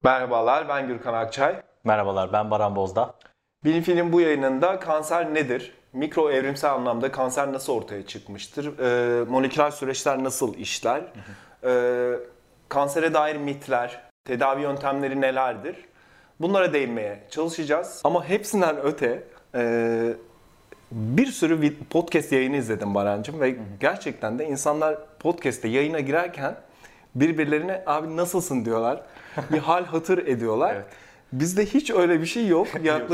Merhabalar, ben Gürkan Akçay. Merhabalar, ben Baran Bozdağ. Bilim Film bu yayınında kanser nedir? Mikro evrimsel anlamda kanser nasıl ortaya çıkmıştır? Moleküler süreçler nasıl işler? Kansere dair mitler, tedavi yöntemleri nelerdir? Bunlara değinmeye çalışacağız. Ama hepsinden öte bir sürü podcast yayını izledim Barancığım ve gerçekten de insanlar podcast'te yayına girerken birbirlerine abi nasılsın diyorlar. Bir hal hatır ediyorlar. Evet. Bizde hiç öyle bir şey yok.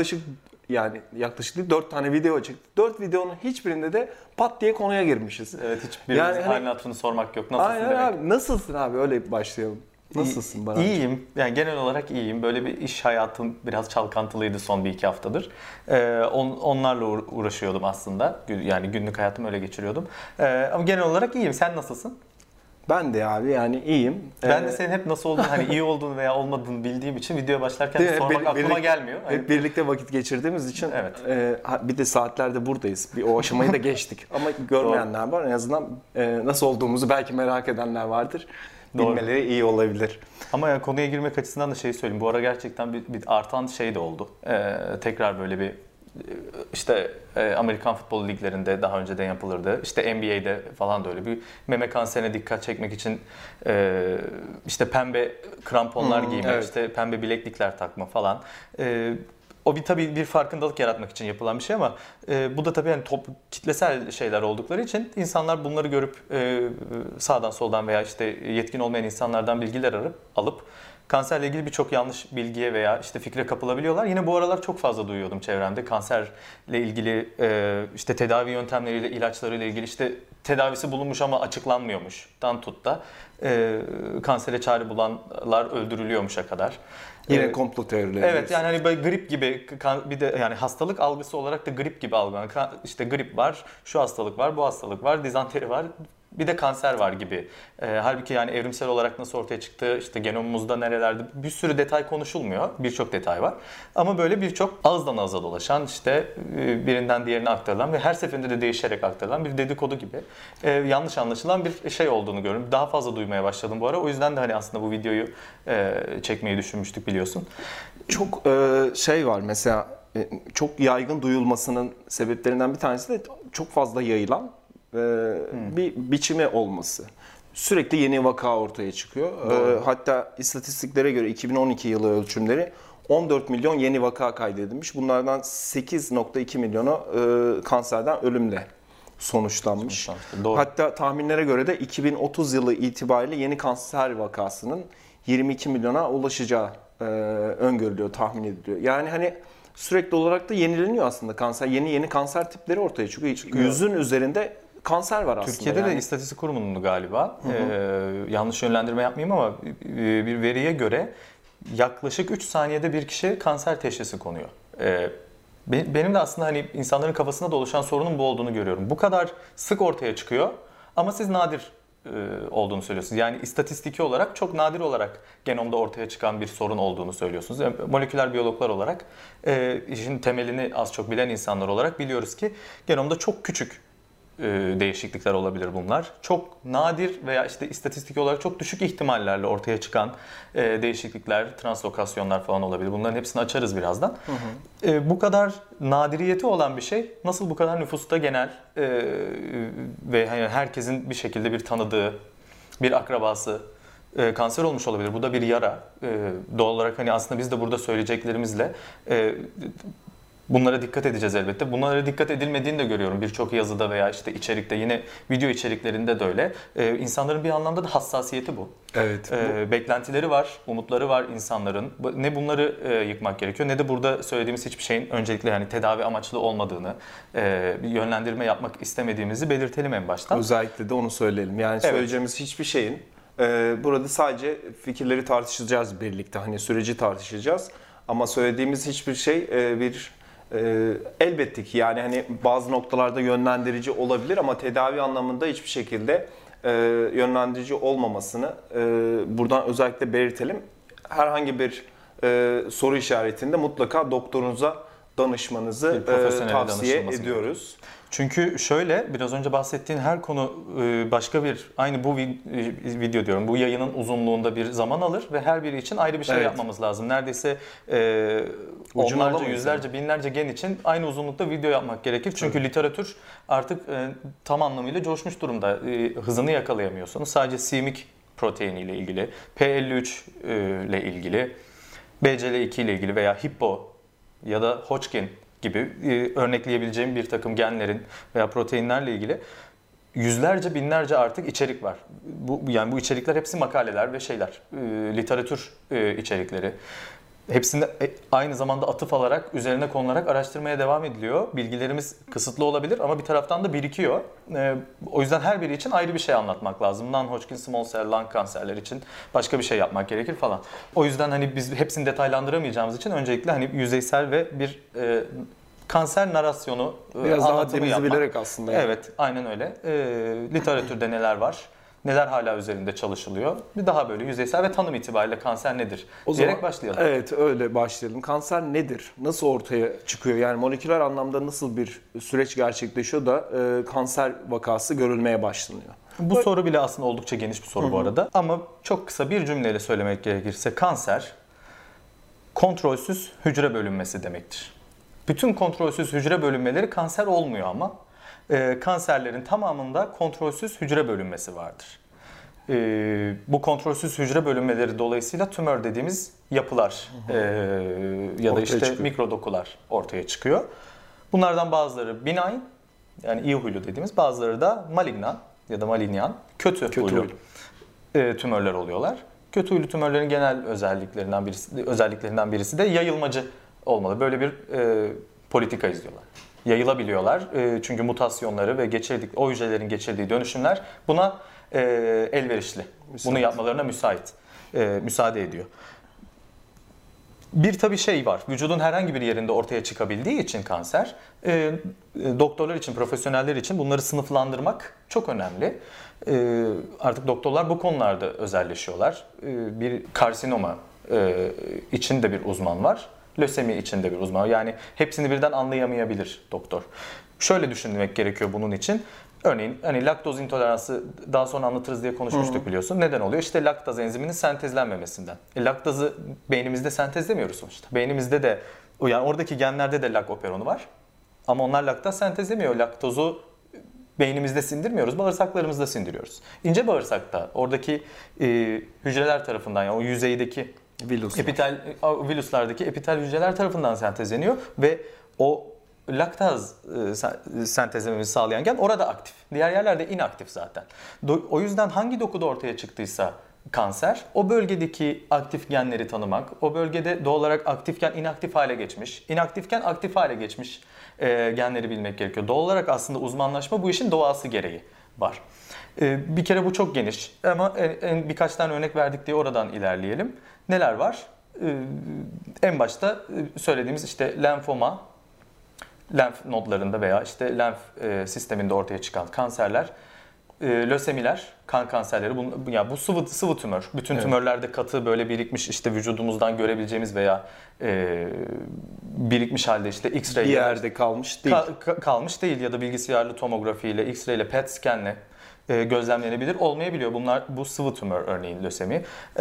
Yaklaşık değil 4 tane video çıktı. 4 videonun hiçbirinde de pat diye konuya girmişiz. Evet, hiçbirimizin halini hatırını sormak yok. Nasılsın aynen demek. Abi, nasılsın abi, öyle başlayalım. Nasılsın Baran? İyiyim. Yani genel olarak iyiyim. Böyle bir iş hayatım biraz çalkantılıydı son 1-2 haftadır. Onlarla uğraşıyordum aslında. Yani günlük hayatımı öyle geçiriyordum. Ama genel olarak iyiyim. Sen nasılsın? Ben de abi yani iyiyim. Ben de senin hep nasıl olduğunu, hani iyi olduğunu veya olmadığını bildiğim için videoya başlarken sormak aklıma gelmiyor. Hep birlikte vakit geçirdiğimiz için evet. Bir de saatlerde buradayız. Bir o aşamayı da geçtik. Ama görmeyenler var. En azından nasıl olduğumuzu belki merak edenler vardır. Bilmeleri iyi olabilir. Ama yani konuya girmek açısından da söyleyeyim. Bu ara gerçekten bir artan şey de oldu. Tekrar böyle bir işte Amerikan futbol liglerinde daha önceden yapılırdı. İşte NBA'de falan da öyle bir meme kanserine dikkat çekmek için işte pembe kramponlar giyme, evet. işte pembe bileklikler takma falan. O tabii bir farkındalık yaratmak için yapılan bir şey ama bu da tabii yani kitlesel şeyler oldukları için insanlar bunları görüp sağdan soldan veya işte yetkin olmayan insanlardan bilgiler alıp kanserle ilgili birçok yanlış bilgiye veya işte fikre kapılabiliyorlar. Yine bu aralar çok fazla duyuyordum çevremde kanserle ilgili işte tedavi yöntemleriyle, ilaçlarıyla ilgili işte tedavisi bulunmuş ama açıklanmıyormuş. Tut da kansere çare bulanlar öldürülüyormuşa kadar. Yine komplo teorileri. Evet, yani hani böyle grip gibi bir de yani hastalık algısı olarak da grip gibi algılanıyor. İşte grip var, şu hastalık var, bu hastalık var, dizanteri var. Bir de kanser var gibi. Halbuki yani evrimsel olarak nasıl ortaya çıktı, işte genomumuzda nerelerde bir sürü detay konuşulmuyor. Birçok detay var. Ama böyle birçok ağızdan ağza dolaşan, işte birinden diğerine aktarılan ve her seferinde de değişerek aktarılan bir dedikodu gibi yanlış anlaşılan bir şey olduğunu görüyorum. Daha fazla duymaya başladım bu ara. O yüzden de hani aslında bu videoyu çekmeyi düşünmüştük, biliyorsun. Çok şey var mesela, çok yaygın duyulmasının sebeplerinden bir tanesi de çok fazla yayılan bir biçimi olması. Sürekli yeni vaka ortaya çıkıyor. Hatta istatistiklere göre 2012 yılı ölçümleri 14 milyon yeni vaka kaydedilmiş. Bunlardan 8,2 milyonu kanserden ölümle sonuçlanmış. Doğru. Hatta tahminlere göre de 2030 yılı itibariyle yeni kanser vakasının 22 milyona ulaşacağı öngörülüyor, tahmin ediliyor. Yani hani sürekli olarak da yenileniyor aslında kanser. Yeni kanser tipleri ortaya çıkıyor. Yüzün üzerinde kanser var aslında. Türkiye'de yani. de İstatistik Kurumu'nun galiba, yanlış yönlendirme yapmayayım ama bir veriye göre yaklaşık 3 saniyede bir kişi kanser teşhisi konuyor. Benim de aslında hani insanların kafasında da oluşan sorunun bu olduğunu görüyorum. Bu kadar sık ortaya çıkıyor ama siz nadir olduğunu söylüyorsunuz. Yani istatistiki olarak çok nadir olarak genomda ortaya çıkan bir sorun olduğunu söylüyorsunuz. Yani moleküler biyologlar olarak, işin temelini az çok bilen insanlar olarak biliyoruz ki genomda çok küçük değişiklikler olabilir bunlar. Çok nadir veya işte istatistik olarak çok düşük ihtimallerle ortaya çıkan değişiklikler, translokasyonlar falan olabilir. Bunların hepsini açarız birazdan. Bu kadar nadiriyeti olan bir şey nasıl bu kadar nüfusta genel ve hani herkesin bir şekilde bir tanıdığı, bir akrabası kanser olmuş olabilir. Bu da bir yara. Doğal olarak hani aslında biz de burada söyleyeceklerimizle bunlara dikkat edeceğiz elbette. Bunlara dikkat edilmediğini de görüyorum birçok yazıda veya işte içerikte, yine video içeriklerinde de öyle. İnsanların bir anlamda da hassasiyeti bu. Evet. Beklentileri var, umutları var insanların. Ne bunları yıkmak gerekiyor ne de burada söylediğimiz hiçbir şeyin öncelikle yani tedavi amaçlı olmadığını, bir yönlendirme yapmak istemediğimizi belirtelim en baştan. Özellikle de onu söyleyelim. Yani söyleyeceğimiz hiçbir şeyin burada sadece fikirleri tartışacağız birlikte. Hani süreci tartışacağız. Ama söylediğimiz hiçbir şey elbette ki yani hani bazı noktalarda yönlendirici olabilir ama tedavi anlamında hiçbir şekilde yönlendirici olmamasını buradan özellikle belirtelim. Herhangi bir soru işaretinde mutlaka doktorunuza danışmanızı Bir profesyonele tavsiye danışılması ediyoruz. Çünkü şöyle, biraz önce bahsettiğin her konu başka bir, aynı bu video diyorum, bu yayının uzunluğunda bir zaman alır ve her biri için ayrı bir şey Evet. yapmamız lazım. Neredeyse Ucunu onlarca, alamayız yüzlerce, binlerce gen için aynı uzunlukta video yapmak gerekir. Çünkü literatür artık tam anlamıyla coşmuş durumda. Hızını yakalayamıyorsunuz. Sadece c-Myc proteini ile ilgili, P53 ile ilgili, BCL2 ile ilgili veya Hippo ya da Hodgkin gibi örnekleyebileceğim bir takım genlerin veya proteinlerle ilgili yüzlerce, binlerce artık içerik var. Bu içerikler hepsi makaleler ve şeyler, literatür içerikleri. Hepsinde aynı zamanda atıf alarak, üzerine konularak araştırmaya devam ediliyor. Bilgilerimiz kısıtlı olabilir ama bir taraftan da birikiyor. O yüzden her biri için ayrı bir şey anlatmak lazım. Non-Hodgkin small cell lung kanserler için başka bir şey yapmak gerekir falan. O yüzden hani biz hepsini detaylandıramayacağımız için öncelikle hani yüzeysel ve bir kanser narasyonu Biraz daha anlatımı denizi yapmak. bilerek aslında. Evet, aynen öyle. Literatürde neler var? Neler hala üzerinde çalışılıyor? Bir daha böyle yüzeysel ve tanım itibariyle kanser nedir diyerek başlayalım. Evet, öyle başlayalım. Kanser nedir? Nasıl ortaya çıkıyor? Yani moleküler anlamda nasıl bir süreç gerçekleşiyor da kanser vakası görülmeye başlanıyor? Bu soru bile aslında oldukça geniş bir soru bu arada. Ama çok kısa bir cümleyle söylemek gerekirse kanser kontrolsüz hücre bölünmesi demektir. Bütün kontrolsüz hücre bölünmeleri kanser olmuyor ama kanserlerin tamamında kontrolsüz hücre bölünmesi vardır. Bu kontrolsüz hücre bölünmeleri dolayısıyla tümör dediğimiz yapılar ya da ortaya işte çıkıyor. mikrodokular ortaya çıkıyor. Bunlardan bazıları benign, yani iyi huylu dediğimiz, bazıları da malignan ya da malignan, kötü huylu tümörler oluyorlar. Kötü huylu tümörlerin genel özelliklerinden birisi de yayılmacı olmalı. Böyle bir politika izliyorlar. Yayılabiliyorlar. Çünkü mutasyonları ve o hücrelerin geçirdiği dönüşümler buna elverişli. Bunu yapmalarına müsaade ediyor. Bir tabii şey var. Vücudun herhangi bir yerinde ortaya çıkabildiği için kanser, doktorlar için, profesyoneller için bunları sınıflandırmak çok önemli. Artık doktorlar bu konularda özelleşiyorlar. Bir karsinoma için de bir uzman var. Lösemi için de bir uzman. Yani hepsini birden anlayamayabilir doktor. Şöyle düşünmek gerekiyor bunun için. Örneğin hani laktoz intoleransı daha sonra anlatırız diye konuşmuştuk biliyorsun. Neden oluyor? İşte laktaz enziminin sentezlenmemesinden. Laktazı beynimizde sentezlemiyoruz sonuçta. Beynimizde de, yani oradaki genlerde de lak operonu var. Ama onlar laktaz sentezlemiyor. Laktozu beynimizde sindirmiyoruz, bağırsaklarımızda sindiriyoruz. İnce bağırsakta oradaki hücreler tarafından, yani o yüzeydeki viluslardaki epitel hücreler tarafından sentezleniyor ve o laktaz sentezlememizi sağlayan gen orada aktif. Diğer yerlerde inaktif zaten. O yüzden hangi dokuda ortaya çıktıysa kanser, o bölgedeki aktif genleri tanımak, o bölgede doğal olarak aktifken inaktif hale geçmiş, inaktifken aktif hale geçmiş genleri bilmek gerekiyor. Doğal olarak aslında uzmanlaşma bu işin doğası gereği var. Bir kere bu çok geniş ama birkaç tane örnek verdik diye oradan ilerleyelim. Neler var? En başta söylediğimiz işte lenfoma, lenf nodlarında veya işte lenf sisteminde ortaya çıkan kanserler, lösemiler, kan kanserleri, bu sıvı tümör. Bütün tümörlerde katı böyle birikmiş, işte vücudumuzdan görebileceğimiz veya birikmiş halde işte X-ray bir yerde kalmış değil. Kalmış değil ya da bilgisayarlı tomografi ile, X-ray ile, PET scanle gözlemlenebilir, olmayabiliyor. Bu sıvı tümör, örneğin lösemi.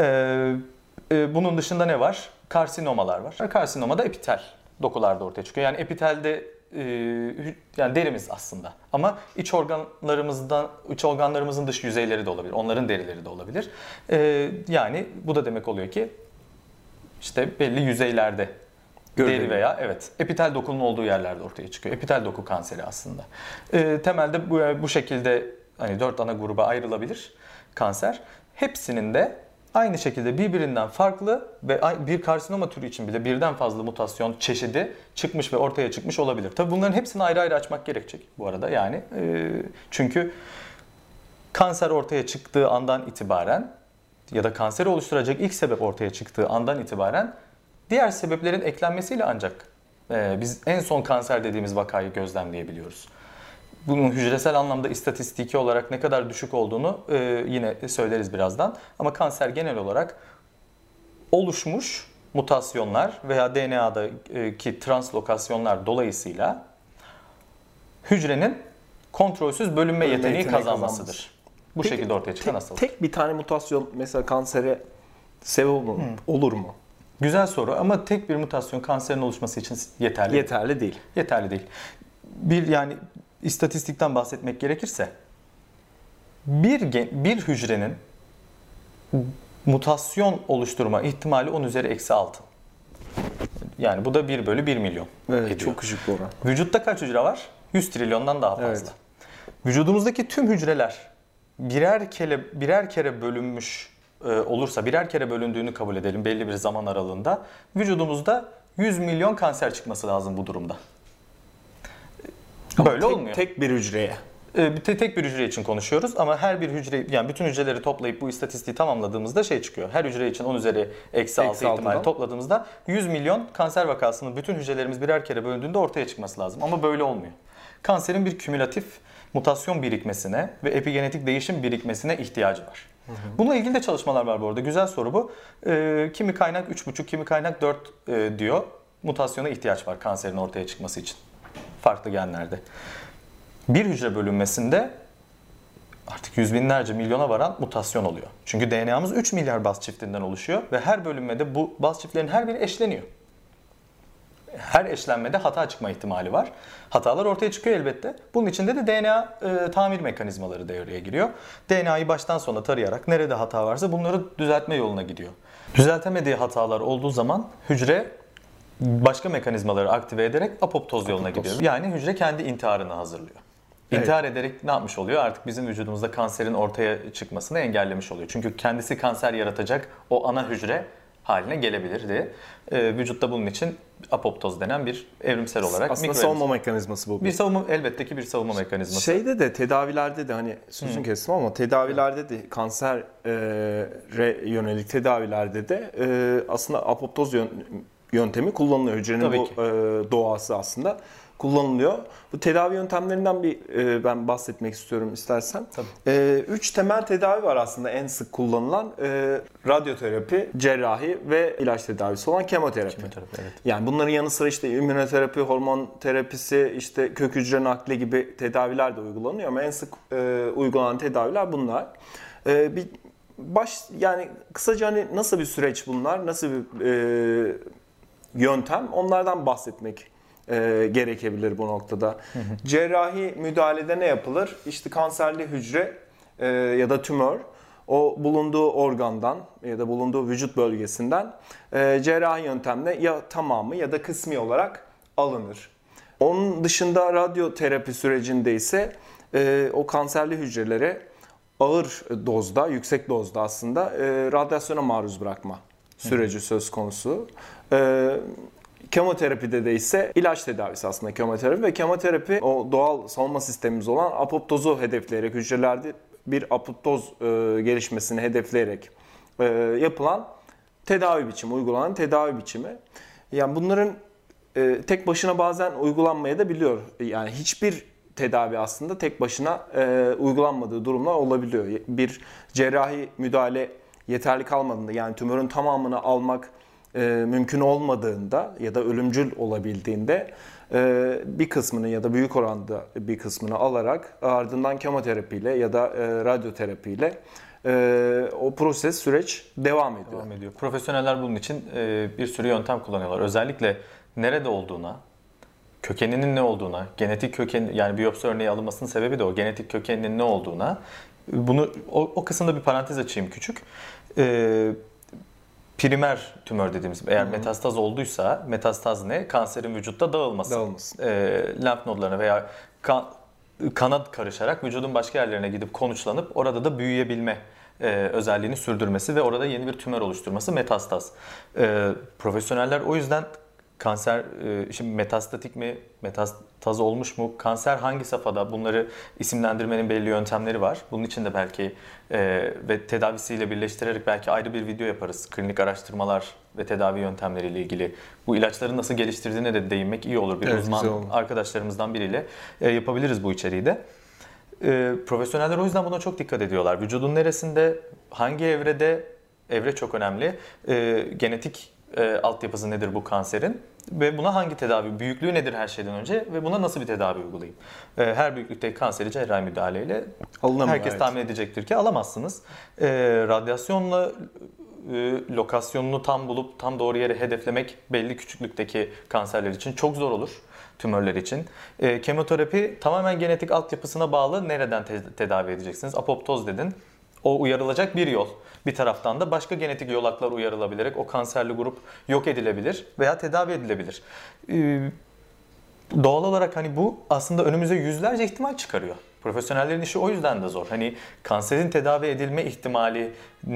Bunun dışında ne var? Karsinomalar var. Karsinoma da epitel dokularda ortaya çıkıyor. Yani epitelde yani derimiz aslında. Ama iç organlarımızın dış yüzeyleri de olabilir. Onların derileri de olabilir. Yani bu da demek oluyor ki işte belli yüzeylerde deri veya epitel dokunun olduğu yerlerde ortaya çıkıyor. Epitel doku kanseri aslında. Temelde bu şekilde hani 4 ana gruba ayrılabilir kanser. Hepsinin de aynı şekilde birbirinden farklı ve bir karsinoma türü için bile birden fazla mutasyon çeşidi çıkmış ve ortaya çıkmış olabilir. Tabii bunların hepsini ayrı ayrı açmak gerekecek bu arada. Yani çünkü kanser ortaya çıktığı andan itibaren ya da kanseri oluşturacak ilk sebep ortaya çıktığı andan itibaren diğer sebeplerin eklenmesiyle ancak biz en son kanser dediğimiz vakayı gözlemleyebiliyoruz. Bunun hücresel anlamda istatistiki olarak ne kadar düşük olduğunu yine söyleriz birazdan. Ama kanser genel olarak oluşmuş mutasyonlar veya DNA'daki translokasyonlar dolayısıyla hücrenin kontrolsüz bölünme yeteneği kazanmasıdır. Bu Peki, şekilde ortaya çıkan hastalık. Tek bir tane mutasyon mesela kansere sebep olur mu? Güzel soru ama tek bir mutasyon kanserin oluşması için yeterli. Yeterli değil. Yeterli değil. Yani istatistikten bahsetmek gerekirse bir hücrenin mutasyon oluşturma ihtimali 10 üzeri eksi 6. Yani bu da 1 bölü 1 milyon Evet, ediyor. çok küçük bir oran. Vücutta kaç hücre var? 100 trilyondan daha fazla. Evet. Vücudumuzdaki tüm hücreler birer kere bölünmüş olursa, birer kere bölündüğünü kabul edelim belli bir zaman aralığında, vücudumuzda 100 milyon kanser çıkması lazım bu durumda. Böyle olmuyor. Tek bir hücreye. Tek bir hücre için konuşuyoruz ama her bir hücre, yani bütün hücreleri toplayıp bu istatistiği tamamladığımızda şey çıkıyor. Her hücre için 10 üzeri eksi 6 ihtimali topladığımızda 100 milyon kanser vakasının bütün hücrelerimiz birer kere bölündüğünde ortaya çıkması lazım. Ama böyle olmuyor. Kanserin bir kümülatif mutasyon birikmesine ve epigenetik değişim birikmesine ihtiyacı var. Bununla ilgili de çalışmalar var bu arada. Güzel soru bu. Kimi kaynak 3,5, kimi kaynak 4 diyor. Mutasyona ihtiyaç var kanserin ortaya çıkması için. Farklı genlerde. Bir hücre bölünmesinde artık yüz binlerce, milyona varan mutasyon oluyor. Çünkü DNA'mız 3 milyar baz çiftinden oluşuyor ve her bölünmede bu baz çiftlerin her biri eşleniyor. Her eşlenmede hata çıkma ihtimali var. Hatalar ortaya çıkıyor elbette. Bunun içinde de DNA tamir mekanizmaları devreye giriyor. DNA'yı baştan sona tarayarak nerede hata varsa bunları düzeltme yoluna gidiyor. Düzeltemediği hatalar olduğu zaman hücre başka mekanizmaları aktive ederek apoptoz yoluna gidiyor. Yani hücre kendi intiharını hazırlıyor. İntihar ederek ne yapmış oluyor? Artık bizim vücudumuzda kanserin ortaya çıkmasını engellemiş oluyor. Çünkü kendisi kanser yaratacak o ana hücre haline gelebilirdi. Vücutta bunun için apoptoz denen bir evrimsel olarak aslında savunma mekanizması bu. Elbette ki bir savunma mekanizması. Şeyde de tedavilerde de hani sözün kestim ama tedavilerde de kansere yönelik tedavilerde de aslında apoptoz yöntemi kullanılıyor. Hücrenin bu doğası aslında kullanılıyor. Bu tedavi yöntemlerinden ben bahsetmek istiyorum istersen. 3 temel tedavi var aslında en sık kullanılan. Radyoterapi, cerrahi ve ilaç tedavisi olan kemoterapi. Evet. Yani bunların yanı sıra işte immünoterapi, hormon terapisi, işte kök hücre nakli gibi tedaviler de uygulanıyor ama en sık uygulanan tedaviler bunlar. Yani kısaca hani nasıl bir süreç bunlar, nasıl bir yöntem, onlardan bahsetmek gerekebilir bu noktada. Cerrahi müdahalede ne yapılır? İşte kanserli hücre ya da tümör o bulunduğu organdan ya da bulunduğu vücut bölgesinden cerrahi yöntemle ya tamamı ya da kısmi olarak alınır. Onun dışında radyoterapi sürecinde ise o kanserli hücrelere ağır dozda, yüksek dozda aslında radyasyona maruz bırakma süreci söz konusu. Kemoterapide de ise ilaç tedavisi aslında kemoterapi ve kemoterapi o doğal savunma sistemimiz olan apoptozu hedefleyerek hücrelerde bir apoptoz gelişmesini hedefleyerek yapılan tedavi biçimi, uygulanan tedavi biçimi. Yani bunların tek başına bazen uygulanmaya da biliyor. Yani hiçbir tedavi aslında tek başına uygulanmadığı durumlar olabiliyor. Bir cerrahi müdahale yeterli kalmadığında yani tümörün tamamını almak mümkün olmadığında ya da ölümcül olabildiğinde bir kısmını ya da büyük oranda bir kısmını alarak ardından kemoterapiyle ya da radyoterapiyle o süreç devam ediyor. Profesyoneller bunun için bir sürü yöntem kullanıyorlar. Özellikle nerede olduğuna, kökeninin ne olduğuna, genetik köken yani biyopsi örneği alınmasının sebebi de o genetik kökeninin ne olduğuna. Bunu o kısımda bir parantez açayım küçük. Primer tümör dediğimiz eğer metastaz olduysa metastaz ne? Kanserin vücutta dağılması. Lenf nodlarına veya kana karışarak vücudun başka yerlerine gidip konuşlanıp orada da büyüyebilme özelliğini sürdürmesi ve orada yeni bir tümör oluşturması metastaz. Profesyoneller o yüzden kanser şimdi metastatik mi, metastaz olmuş mu, kanser hangi safhada bunları isimlendirmenin belli yöntemleri var. Bunun için de belki ve tedavisiyle birleştirerek belki ayrı bir video yaparız. Klinik araştırmalar ve tedavi yöntemleriyle ilgili. Bu ilaçları nasıl geliştirdiğine de değinmek iyi olur. Bir uzman arkadaşlarımızdan biriyle yapabiliriz bu içeriği de. Profesyoneller o yüzden buna çok dikkat ediyorlar. Vücudun neresinde, hangi evrede, evre çok önemli. Genetik altyapısı nedir bu kanserin ve buna hangi tedavi, büyüklüğü nedir her şeyden önce ve buna nasıl bir tedavi uygulayayım? Her büyüklükteki kanseri cerrahi müdahaleyle herkes tahmin edecektir ki alamazsınız. Radyasyonla lokasyonunu tam bulup tam doğru yere hedeflemek belli küçüklükteki kanserler için çok zor olur. Tümörler için. Kemoterapi tamamen genetik altyapısına bağlı. Nereden tedavi edeceksiniz? Apoptoz dedin. O uyarılacak bir yol. Bir taraftan da başka genetik yolaklar uyarılabilerek o kanserli grup yok edilebilir veya tedavi edilebilir. Doğal olarak hani bu aslında önümüze yüzlerce ihtimal çıkarıyor. Profesyonellerin işi o yüzden de zor. Hani kanserin tedavi edilme ihtimali,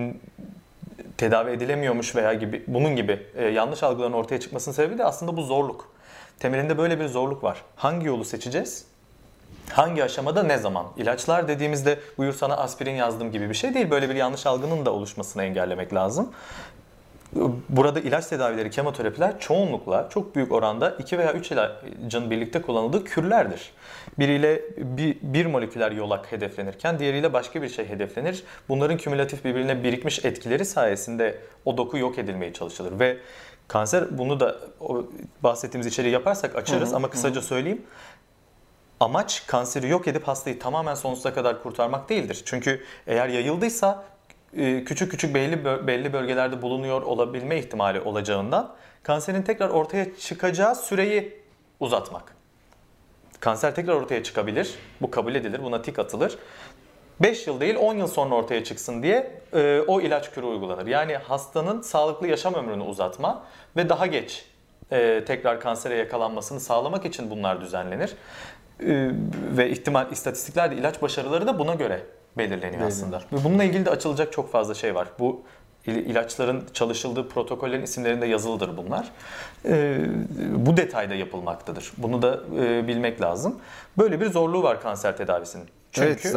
tedavi edilemiyormuş veya gibi bunun gibi yanlış algıların ortaya çıkmasının sebebi de aslında bu zorluk. Temelinde böyle bir zorluk var. Hangi yolu seçeceğiz? Hangi aşamada ne zaman? İlaçlar dediğimizde buyur sana aspirin yazdım gibi bir şey değil. Böyle bir yanlış algının da oluşmasını engellemek lazım. Burada ilaç tedavileri, kemoterapiler çoğunlukla çok büyük oranda 2 veya 3 ilacın birlikte kullanıldığı kürlerdir. Biriyle bir moleküler yolak hedeflenirken diğeriyle başka bir şey hedeflenir. Bunların kümülatif birbirine birikmiş etkileri sayesinde o doku yok edilmeye çalışılır ve kanser, bunu da bahsettiğimiz içeriği yaparsak açarız ama kısaca söyleyeyim. Amaç kanseri yok edip hastayı tamamen sonsuza kadar kurtarmak değildir. Çünkü eğer yayıldıysa küçük küçük belli bölgelerde bulunuyor olabilme ihtimali olacağından kanserin tekrar ortaya çıkacağı süreyi uzatmak. Kanser tekrar ortaya çıkabilir, bu kabul edilir, buna tik atılır. 5 yıl değil 10 yıl sonra ortaya çıksın diye o ilaç kürü uygulanır. Yani hastanın sağlıklı yaşam ömrünü uzatma ve daha geç tekrar kansere yakalanmasını sağlamak için bunlar düzenlenir. Ve istatistikler de ilaç başarıları da buna göre belirleniyor aslında. Ve bununla ilgili de açılacak çok fazla şey var. Bu ilaçların çalışıldığı protokollerin isimlerinde yazılıdır bunlar. Bu detayda yapılmaktadır. Bunu da bilmek lazım. Böyle bir zorluğu var kanser tedavisinin. Çünkü, evet,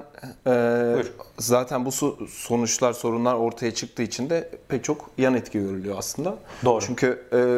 zaten bu sonuçlar, sorunlar ortaya çıktığı için de pek çok yan etki görülüyor aslında. Doğru. Çünkü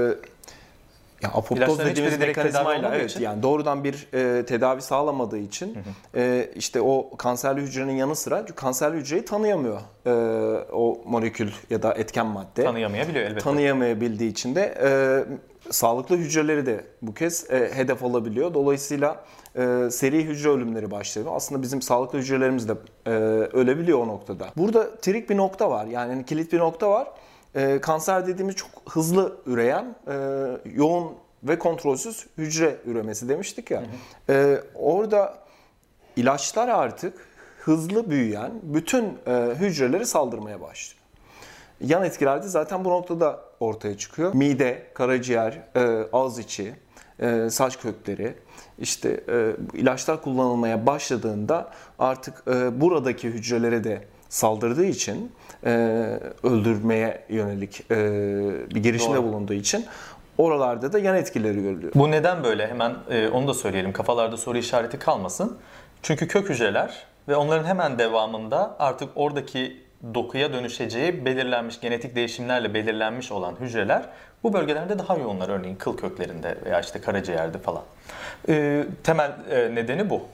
apoptoz dediğimiz mekanizmayla yani doğrudan bir tedavi sağlamadığı için işte o kanserli hücrenin yanı sıra kanserli hücreyi tanıyamıyor o molekül ya da etken madde. Tanıyamayabiliyor elbette. Tanıyamayabildiği için de sağlıklı hücreleri de bu kez hedef alabiliyor. Dolayısıyla seri hücre ölümleri başlıyor. Aslında bizim sağlıklı hücrelerimiz de ölebiliyor o noktada. Burada trik bir nokta var. Yani kilit bir nokta var. Kanser dediğimiz çok hızlı üreyen, yoğun ve kontrolsüz hücre üremesi demiştik ya. Orada ilaçlar artık hızlı büyüyen bütün hücreleri saldırmaya başlıyor. Yan etkiler de zaten bu noktada ortaya çıkıyor. Mide, karaciğer, ağız içi, saç kökleri, işte ilaçlar kullanılmaya başladığında artık buradaki hücrelere de saldırdığı için, öldürmeye yönelik bir girişimde bulunduğu için oralarda da yan etkileri görülüyor. Bu neden böyle? Hemen onu da söyleyelim. Kafalarda soru işareti kalmasın. Çünkü kök hücreler ve onların hemen devamında artık oradaki dokuya dönüşeceği belirlenmiş, genetik değişimlerle belirlenmiş olan hücreler bu bölgelerde daha yoğunlar. Örneğin kıl köklerinde veya işte karaciğerde falan. Temel nedeni bu.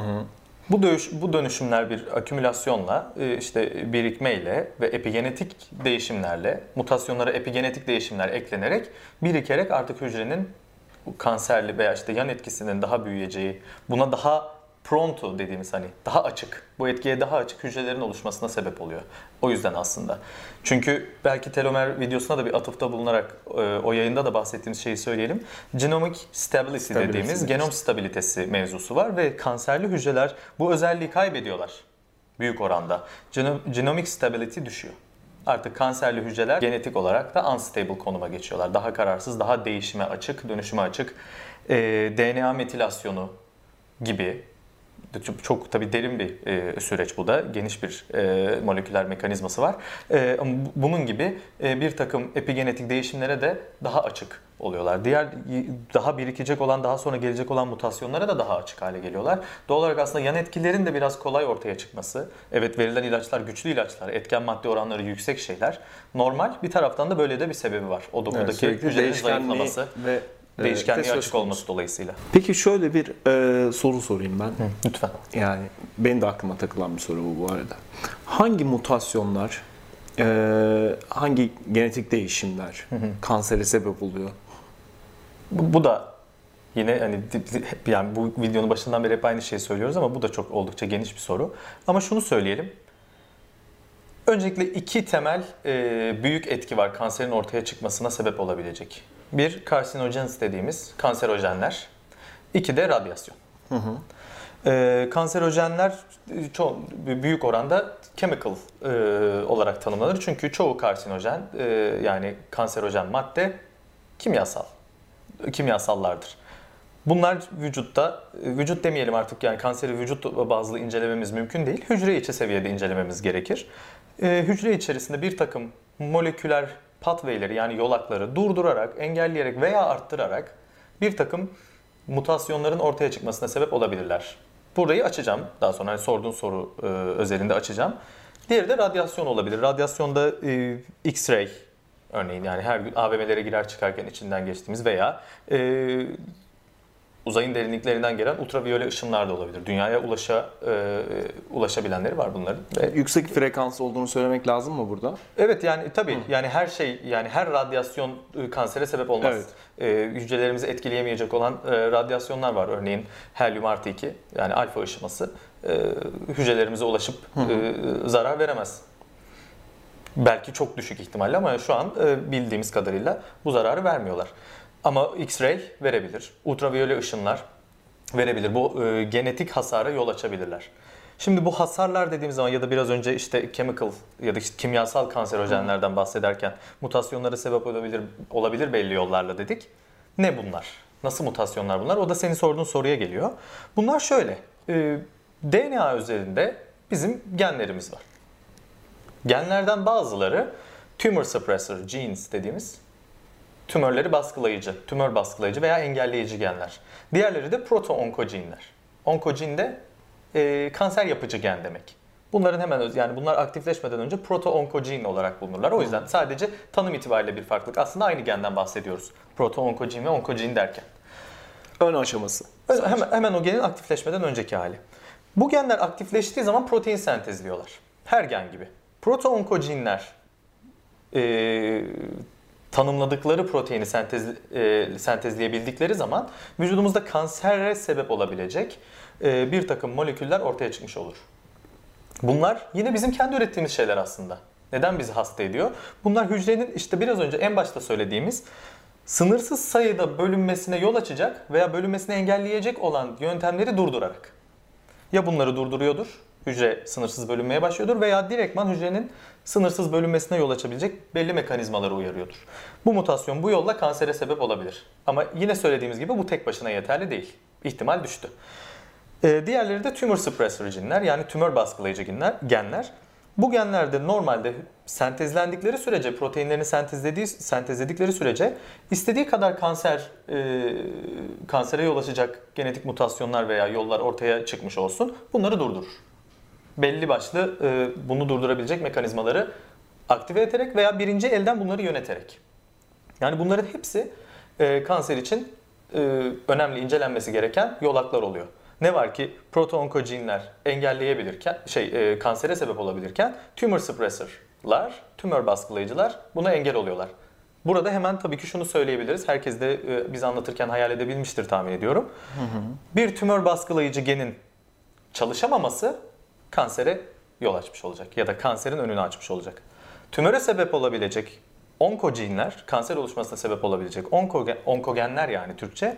Bu dönüşümler bir akümülasyonla, işte birikmeyle ve epigenetik değişimlerle, mutasyonlara epigenetik değişimler eklenerek birikerek artık hücrenin kanserli veya işte yan etkisinin daha büyüyeceği, buna daha pronto dediğimiz hani daha açık, bu etkiye daha açık hücrelerin oluşmasına sebep oluyor. O yüzden aslında. Çünkü belki telomer videosuna da bir atıfta bulunarak o yayında da bahsettiğimiz şeyi söyleyelim. Genomic stability dediğimiz genom stabilitesi mevzusu var ve kanserli hücreler bu özelliği kaybediyorlar büyük oranda. Genomic stability düşüyor. Artık kanserli hücreler genetik olarak da unstable konuma geçiyorlar. Daha kararsız, daha değişime açık, dönüşüme açık. DNA metilasyonu gibi. Çok tabii derin bir süreç bu da. Geniş bir moleküler mekanizması var. Ama bunun gibi bir takım epigenetik değişimlere de daha açık oluyorlar. Diğer daha birikecek olan, daha sonra gelecek olan mutasyonlara da daha açık hale geliyorlar. Doğal olarak aslında yan etkilerin de biraz kolay ortaya çıkması. Evet, verilen ilaçlar güçlü ilaçlar, etken madde oranları yüksek şeyler. Normal. Bir taraftan da böyle de bir sebebi var. O dokudaki hücrelerin zayıflaması ve değişkenliği açık olması dolayısıyla. Peki şöyle bir soru sorayım ben. Lütfen. Yani benim de aklıma takılan bir soru bu arada. Hangi mutasyonlar Hangi genetik değişimler kansere sebep oluyor? Bu da yine hani yani bu videonun başından beri hep aynı şeyi söylüyoruz ama bu da çok oldukça geniş bir soru. Ama şunu söyleyelim. Öncelikle iki temel büyük etki var kanserin ortaya çıkmasına sebep olabilecek. Bir, karsinogens dediğimiz kanserojenler. İki de radyasyon. Kanserojenler çok büyük oranda chemical olarak tanımlanır. Çünkü çoğu karsinojen yani kanserojen madde kimyasallardır. Bunlar vücut demeyelim artık, yani kanseri vücut bazlı incelememiz mümkün değil. Hücre içi seviyede incelememiz gerekir. Hücre içerisinde bir takım moleküler pathway'leri, yani yolakları durdurarak, engelleyerek veya arttırarak bir takım mutasyonların ortaya çıkmasına sebep olabilirler. Burayı açacağım. Daha sonra hani sorduğun soru özelinde açacağım. Diğeri de radyasyon olabilir. Radyasyonda X-ray örneğin, yani her gün AVM'lere girer çıkarken içinden geçtiğimiz veya uzayın derinliklerinden gelen ultraviyole ışınlar da olabilir. Dünyaya ulaşabilenleri var bunların. Yüksek frekans olduğunu söylemek lazım mı burada? Evet, yani tabii yani her şey, yani her radyasyon kansere sebep olmaz. Evet. Hücrelerimizi etkileyemeyecek olan radyasyonlar var. Örneğin helyum artı 2, yani alfa ışıması hücrelerimize ulaşıp zarar veremez. Belki çok düşük ihtimalle ama şu an bildiğimiz kadarıyla bu zararı vermiyorlar. Ama X-ray verebilir, ultraviyole ışınlar verebilir. Bu genetik hasara yol açabilirler. Şimdi bu hasarlar dediğimiz zaman ya da biraz önce işte chemical ya da işte kimyasal kanserojenlerden bahsederken mutasyonlara sebep olabilir belli yollarla dedik. Ne bunlar? Nasıl mutasyonlar bunlar? O da senin sorduğun soruya geliyor. Bunlar şöyle, DNA üzerinde bizim genlerimiz var. Genlerden bazıları tumor suppressor genes dediğimiz tümörleri baskılayıcı, tümör baskılayıcı veya engelleyici genler. Diğerleri de proto-onkogenler. Onkogen de kanser yapıcı gen demek. Bunların hemen yani bunlar aktifleşmeden önce proto-onkogen olarak bulunurlar. O yüzden sadece tanım itibariyle bir farklılık. Aslında aynı genden bahsediyoruz. Proto-onkogen ve onkogen derken. Ön aşaması. Hemen o genin aktifleşmeden önceki hali. Bu genler aktifleştiği zaman protein sentezliyorlar. Her gen gibi. Proto-onkogenler tanımladıkları proteini sentezleyebildikleri zaman vücudumuzda kansere sebep olabilecek bir takım moleküller ortaya çıkmış olur. Bunlar yine bizim kendi ürettiğimiz şeyler aslında. Neden bizi hasta ediyor? Bunlar hücrenin işte biraz önce en başta söylediğimiz sınırsız sayıda bölünmesine yol açacak veya bölünmesini engelleyecek olan yöntemleri durdurarak. Ya bunları durduruyordur, hücre sınırsız bölünmeye başlıyordur veya direktman hücrenin sınırsız bölünmesine yol açabilecek belli mekanizmaları uyarıyordur. Bu mutasyon bu yolla kansere sebep olabilir. Ama yine söylediğimiz gibi bu tek başına yeterli değil. İhtimal düştü. Diğerleri de tumor suppressor genler, yani tümör baskılayıcı genler. Bu genlerde normalde sentezlendikleri sürece, proteinlerini sentezledikleri sürece istediği kadar kansere yol açacak genetik mutasyonlar veya yollar ortaya çıkmış olsun, bunları durdurur. Belli başlı bunu durdurabilecek mekanizmaları aktive ederek veya birinci elden bunları yöneterek. Yani bunların hepsi kanser için önemli incelenmesi gereken yolaklar oluyor. Ne var ki proto-onkogenler engelleyebilirken, kansere sebep olabilirken tumor suppressor'lar, tümör baskılayıcılar buna engel oluyorlar. Burada hemen tabii ki şunu söyleyebiliriz. Herkes de biz anlatırken hayal edebilmiştir tahmin ediyorum. Bir tümör baskılayıcı genin çalışamaması kansere yol açmış olacak ya da kanserin önünü açmış olacak. Tümöre sebep olabilecek onkogenler, kanser oluşmasına sebep olabilecek onkogenler, yani Türkçe,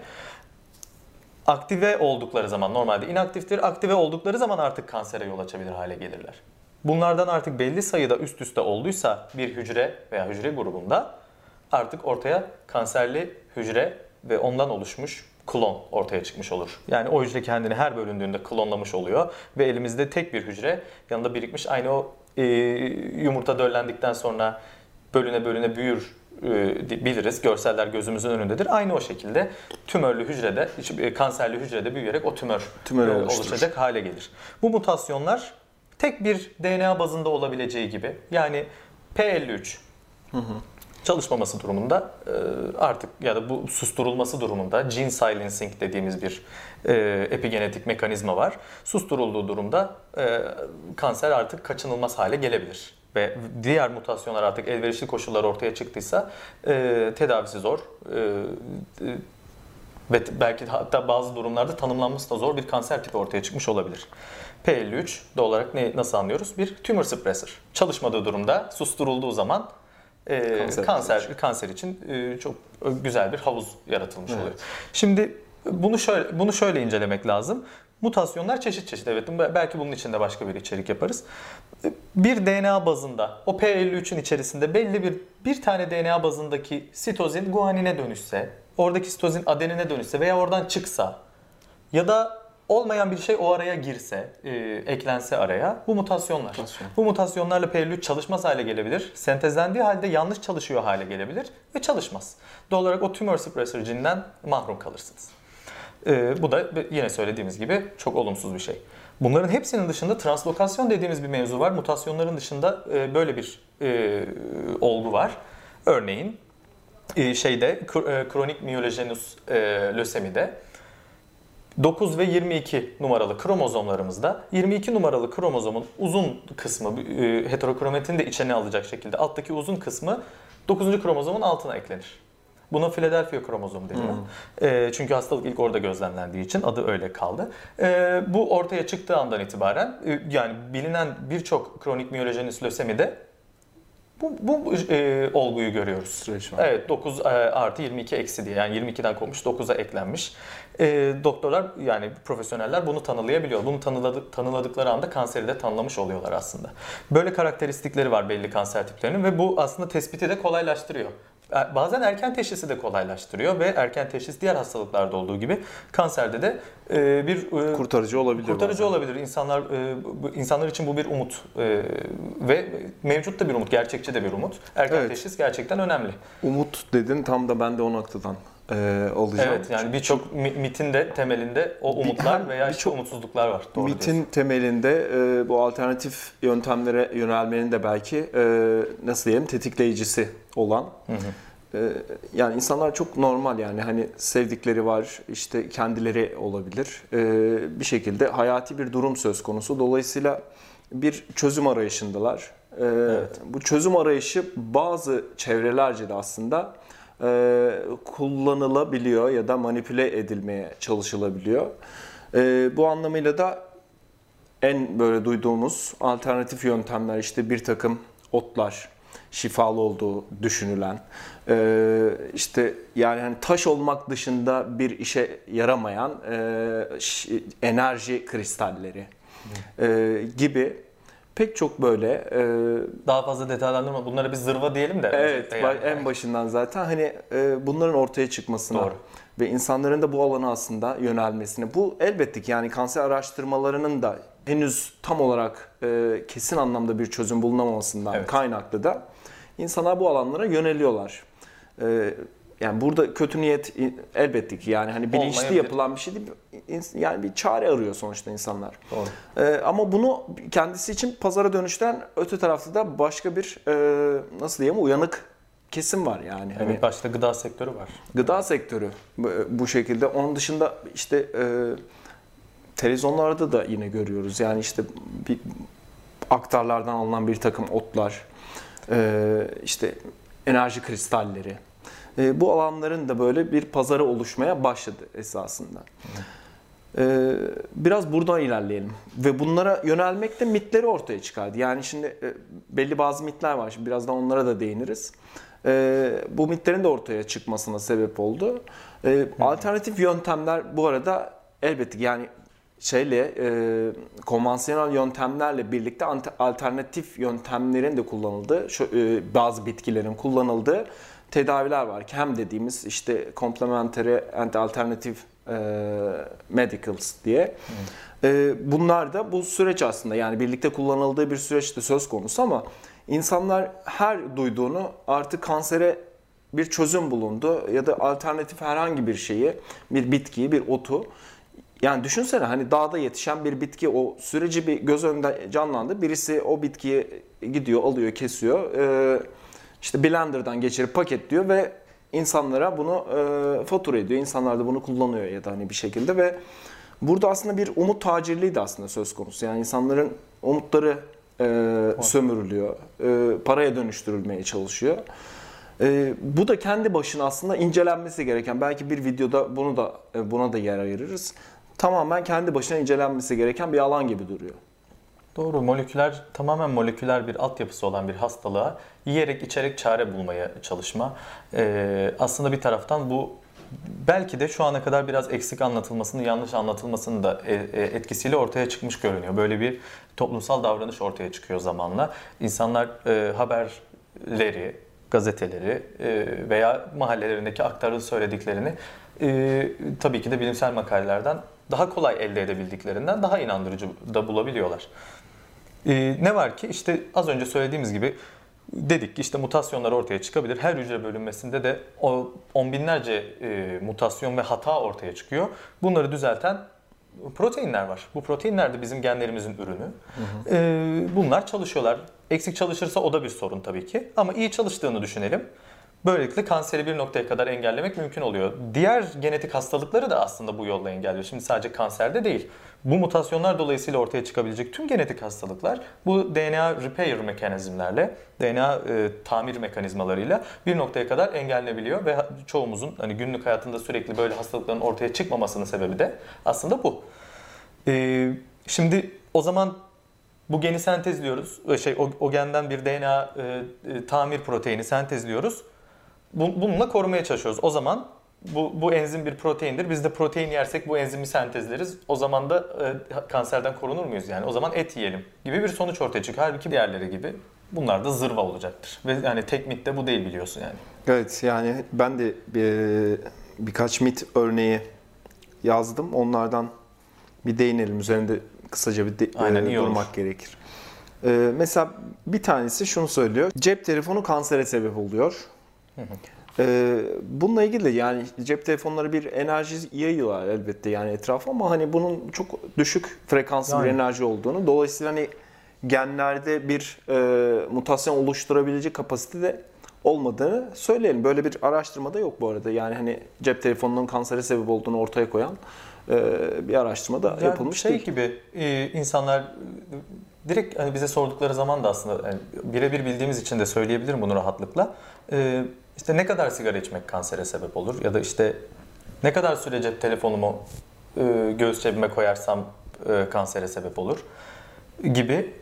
aktive oldukları zaman, normalde inaktiftir, aktive oldukları zaman artık kansere yol açabilir hale gelirler. Bunlardan artık belli sayıda üst üste olduysa bir hücre veya hücre grubunda artık ortaya kanserli hücre ve ondan oluşmuş klon ortaya çıkmış olur. Yani o hücre kendini her bölündüğünde klonlamış oluyor ve elimizde tek bir hücre yanında birikmiş, aynı o yumurta döllendikten sonra bölüne bölüne büyür biliriz. Görseller gözümüzün önündedir. Aynı o şekilde tümörlü hücrede, kanserli hücrede büyüyerek o tümör oluşacak hale gelir. Bu mutasyonlar tek bir DNA bazında olabileceği gibi, yani P53 çalışmaması durumunda artık ya da bu susturulması durumunda gene silencing dediğimiz bir epigenetik mekanizma var. Susturulduğu durumda kanser artık kaçınılmaz hale gelebilir. ve diğer mutasyonlar artık elverişli koşullar ortaya çıktıysa tedavisi zor ve belki hatta bazı durumlarda tanımlanması da zor bir kanser tipi ortaya çıkmış olabilir. P53 doğal olarak nasıl anlıyoruz? Bir tumor suppressor. Çalışmadığı durumda, susturulduğu zaman kanser için çok güzel bir havuz yaratılmış oluyor. Şimdi bunu şöyle incelemek lazım. Mutasyonlar çeşit çeşit. Evet, belki bunun için de başka bir içerik yaparız. Bir DNA bazında, o P53'ün içerisinde belli bir tane DNA bazındaki sitozin guanine dönüşse, oradaki sitozin adenine dönüşse veya oradan çıksa ya da olmayan bir şey o araya girse, eklense araya, bu mutasyonlar. Bu mutasyonlarla P53 çalışmaz hale gelebilir. Sentezlendiği halde yanlış çalışıyor hale gelebilir ve çalışmaz. Doğal olarak o tumor suppressor geninden mahrum kalırsınız. Bu da yine söylediğimiz gibi çok olumsuz bir şey. Bunların hepsinin dışında translokasyon dediğimiz bir mevzu var. Mutasyonların dışında böyle bir olgu var. Örneğin kronik myelogenous lösemide 9 ve 22 numaralı kromozomlarımızda 22 numaralı kromozomun uzun kısmı heterokromatin de içine alacak şekilde alttaki uzun kısmı 9. kromozomun altına eklenir. Buna Philadelphia kromozomu deniyor. Çünkü hastalık ilk orada gözlemlendiği için adı öyle kaldı. Bu ortaya çıktığı andan itibaren yani bilinen birçok kronik myelogenous lösemide bu olguyu görüyoruz. Evet, 9 artı 22 eksi diye, yani 22'den kopmuş 9'a eklenmiş. Doktorlar, yani profesyoneller bunu tanılayabiliyor. Bunu tanıladıkları anda kanseri de tanılamış oluyorlar aslında. Böyle karakteristikleri var belli kanser tiplerinin ve bu aslında tespiti de kolaylaştırıyor. Bazen erken teşhisi de kolaylaştırıyor ve erken teşhis diğer hastalıklarda olduğu gibi kanserde de bir kurtarıcı olabilir. Kurtarıcı olabilir. İnsanlar için bu bir umut ve mevcut da bir umut, gerçekçi de bir umut. Erken teşhis gerçekten önemli. Umut dedin, tam da ben de o noktadan olacağım. Evet, yani birçok mitin de temelinde o umutlar veya işte umutsuzluklar var. Doğru mitin diyorsun. Temelinde bu alternatif yöntemlere yönelmenin de belki nasıl diyelim tetikleyicisi olan. Yani insanlar çok normal, yani hani sevdikleri var, işte kendileri olabilir. Bir şekilde hayati bir durum söz konusu. Dolayısıyla bir çözüm arayışındalar. Evet. Bu çözüm arayışı bazı çevrelerce de aslında kullanılabiliyor ya da manipüle edilmeye çalışılabiliyor. Bu anlamıyla da en böyle duyduğumuz alternatif yöntemler, işte bir takım otlar, şifalı olduğu düşünülen, işte yani hani taş olmak dışında bir işe yaramayan enerji kristalleri gibi pek çok böyle daha fazla detaylandırma, bunlara bir zırva diyelim de. Evet, yani. En başından zaten hani bunların ortaya çıkmasına Doğru. ve insanların da bu alana aslında yönelmesine. Bu elbette ki yani kanser araştırmalarının da henüz tam olarak kesin anlamda bir çözüm bulunamamasından kaynaklı da insanlar bu alanlara yöneliyorlar. Yani burada kötü niyet elbette ki, yani hani bilinçli yapılan bir şey değil. Yani bir çare arıyor sonuçta insanlar. Doğru. Ama bunu kendisi için pazara dönüştüren öte tarafta da başka bir nasıl diyeyim uyanık kesim var yani. Evet, hani başta gıda sektörü var. Gıda sektörü bu şekilde. Onun dışında işte televizyonlarda da yine görüyoruz. Yani işte bir aktarlardan alınan bir takım otlar, işte enerji kristalleri. Bu alanların da böyle bir pazarı oluşmaya başladı esasında. Biraz buradan ilerleyelim. Ve bunlara yönelmek de mitleri ortaya çıkardı. Yani şimdi belli bazı mitler var. Şimdi birazdan onlara da değiniriz. Bu mitlerin de ortaya çıkmasına sebep oldu. Alternatif yöntemler bu arada elbette yani konvansiyonel yöntemlerle birlikte alternatif yöntemlerin de kullanıldığı, bazı bitkilerin kullanıldığı tedaviler var ki hem dediğimiz işte complementary and alternative medicals diye. Bunlar da bu süreç aslında, yani birlikte kullanıldığı bir süreçte söz konusu ama insanlar her duyduğunu artık kansere bir çözüm bulundu ya da alternatif herhangi bir şeyi, bir bitkiyi, bir otu. Yani düşünsene hani dağda yetişen bir bitki, o süreci bir göz önünde canlandı. Birisi o bitkiyi gidiyor, alıyor, kesiyor. İşte blenderdan geçirip paketliyor ve insanlara bunu fatura ediyor. İnsanlar da bunu kullanıyor ya da hani bir şekilde ve burada aslında bir umut tacirliği de aslında söz konusu. Yani insanların umutları sömürülüyor. Paraya dönüştürülmeye çalışıyor. Bu da kendi başına aslında incelenmesi gereken, belki bir videoda buna da yer ayırırız. Tamamen kendi başına incelenmesi gereken bir alan gibi duruyor. Doğru, tamamen moleküler bir altyapısı olan bir hastalığa yiyerek içerek çare bulmaya çalışma. Aslında bir taraftan bu belki de şu ana kadar biraz eksik anlatılmasının, yanlış anlatılmasının da etkisiyle ortaya çıkmış görünüyor. Böyle bir toplumsal davranış ortaya çıkıyor zamanla. İnsanlar haberleri, gazeteleri veya mahallelerindeki aktarılı söylediklerini tabii ki de bilimsel makalelerden daha kolay elde edebildiklerinden daha inandırıcı da bulabiliyorlar. Ne var ki işte az önce söylediğimiz gibi dedik ki işte mutasyonlar ortaya çıkabilir. Her hücre bölünmesinde de on binlerce mutasyon ve hata ortaya çıkıyor. Bunları düzelten proteinler var. Bu proteinler de bizim genlerimizin ürünü. Bunlar çalışıyorlar. Eksik çalışırsa o da bir sorun tabii ki. Ama iyi çalıştığını düşünelim. Böylelikle kanseri bir noktaya kadar engellemek mümkün oluyor. Diğer genetik hastalıkları da aslında bu yolla engelliyor. Şimdi sadece kanserde değil. Bu mutasyonlar dolayısıyla ortaya çıkabilecek tüm genetik hastalıklar bu DNA repair mekanizmlerle, DNA tamir mekanizmalarıyla bir noktaya kadar engellenebiliyor ve çoğumuzun hani günlük hayatında sürekli böyle hastalıkların ortaya çıkmamasının sebebi de aslında bu. Şimdi o zaman bu geni sentezliyoruz. O genden bir DNA tamir proteini sentezliyoruz. Bununla korumaya çalışıyoruz. O zaman bu enzim bir proteindir. Biz de protein yersek bu enzimi sentezleriz. O zaman da kanserden korunur muyuz yani? O zaman et yiyelim gibi bir sonuç ortaya çıkıyor. Halbuki diğerleri gibi bunlar da zırva olacaktır. Ve yani tek mit de bu değil biliyorsun yani. Evet, yani ben de birkaç mit örneği yazdım. Onlardan bir değinelim. Üzerinde kısaca bir durmak gerekir. Mesela bir tanesi şunu söylüyor. Cep telefonu kansere sebep oluyor. Bununla ilgili de yani cep telefonları bir enerji yayıyorlar elbette yani etrafa, ama hani bunun çok düşük frekanslı bir enerji olduğunu, dolayısıyla hani genlerde bir mutasyon oluşturabilecek kapasitede olmadığını söyleyelim. Böyle bir araştırma da yok bu arada. Yani hani cep telefonunun kansere sebep olduğunu ortaya koyan bir araştırma da yapılmış değil. Gibi insanlar direkt hani bize sordukları zaman da aslında yani birebir bildiğimiz için de söyleyebilirim bunu rahatlıkla. İşte ne kadar sigara içmek kansere sebep olur ya da işte ne kadar süre cep telefonumu göğüs cebime koyarsam kansere sebep olur gibi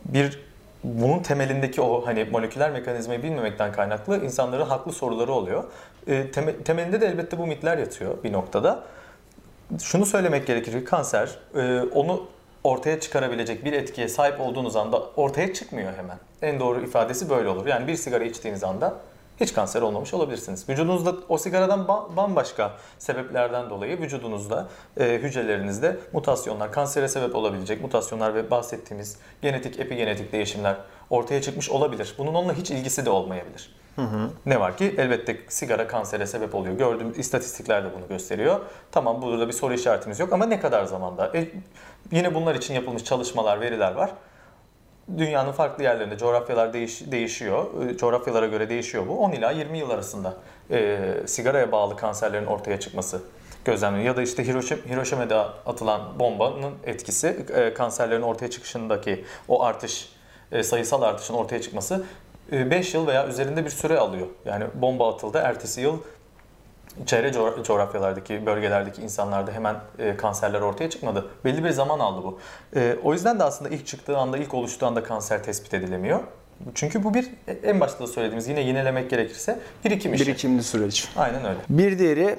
bunun temelindeki o hani moleküler mekanizmayı bilmemekten kaynaklı insanların haklı soruları oluyor. Temelinde de elbette bu mitler yatıyor bir noktada. Şunu söylemek gerekir ki kanser onu ortaya çıkarabilecek bir etkiye sahip olduğunuz anda ortaya çıkmıyor hemen. En doğru ifadesi böyle olur. Yani bir sigara içtiğiniz anda hiç kanser olmamış olabilirsiniz. Vücudunuzda o sigaradan bambaşka sebeplerden dolayı vücudunuzda, hücrelerinizde mutasyonlar, kansere sebep olabilecek mutasyonlar ve bahsettiğimiz genetik, epigenetik değişimler ortaya çıkmış olabilir. Bunun onunla hiç ilgisi de olmayabilir. Ne var ki elbette sigara kansere sebep oluyor. Gördüğümüz istatistikler de bunu gösteriyor. Tamam, burada bir soru işaretimiz yok ama ne kadar zamanda? Yine bunlar için yapılmış çalışmalar, veriler var. Dünyanın farklı yerlerinde coğrafyalar değişiyor. Coğrafyalara göre değişiyor bu. 10 ila 20 yıl arasında sigaraya bağlı kanserlerin ortaya çıkması gözlemleniyor. Ya da işte Hiroşima'da atılan bombanın etkisi, kanserlerin ortaya çıkışındaki o artış, sayısal artışın ortaya çıkması 5 yıl veya üzerinde bir süre alıyor. Yani bomba atıldı, ertesi yıl çevre coğrafyalardaki, bölgelerdeki insanlarda hemen kanserler ortaya çıkmadı. Belli bir zaman aldı bu. O yüzden de aslında ilk çıktığı anda, ilk oluştuğu anda kanser tespit edilemiyor. Çünkü bu en başta da söylediğimiz, yine yinelemek gerekirse birikim işi. Birikimli süreç. Aynen öyle. Bir diğeri,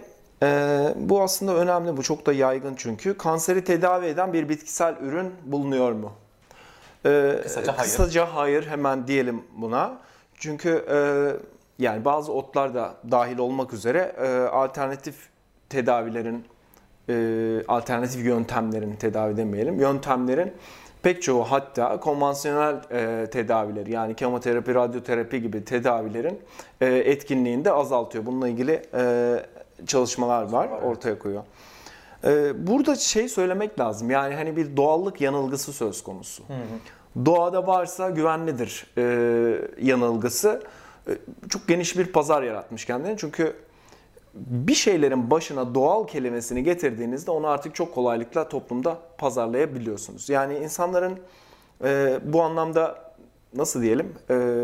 bu aslında önemli, bu çok da yaygın çünkü. Kanseri tedavi eden bir bitkisel ürün bulunuyor mu? Kısaca hayır, hemen diyelim buna. Çünkü yani bazı otlar da dahil olmak üzere alternatif tedavilerin, alternatif yöntemlerin, tedavi demeyelim, yöntemlerin pek çoğu, hatta konvansiyonel tedaviler yani kemoterapi, radyoterapi gibi tedavilerin etkinliğini de azaltıyor. Bununla ilgili çalışmalar var, ortaya koyuyor. Burada söylemek lazım, yani hani bir doğallık yanılgısı söz konusu. Doğada varsa güvenlidir yanılgısı çok geniş bir pazar yaratmış kendine. Çünkü bir şeylerin başına doğal kelimesini getirdiğinizde onu artık çok kolaylıkla toplumda pazarlayabiliyorsunuz. Yani insanların Bu anlamda nasıl diyelim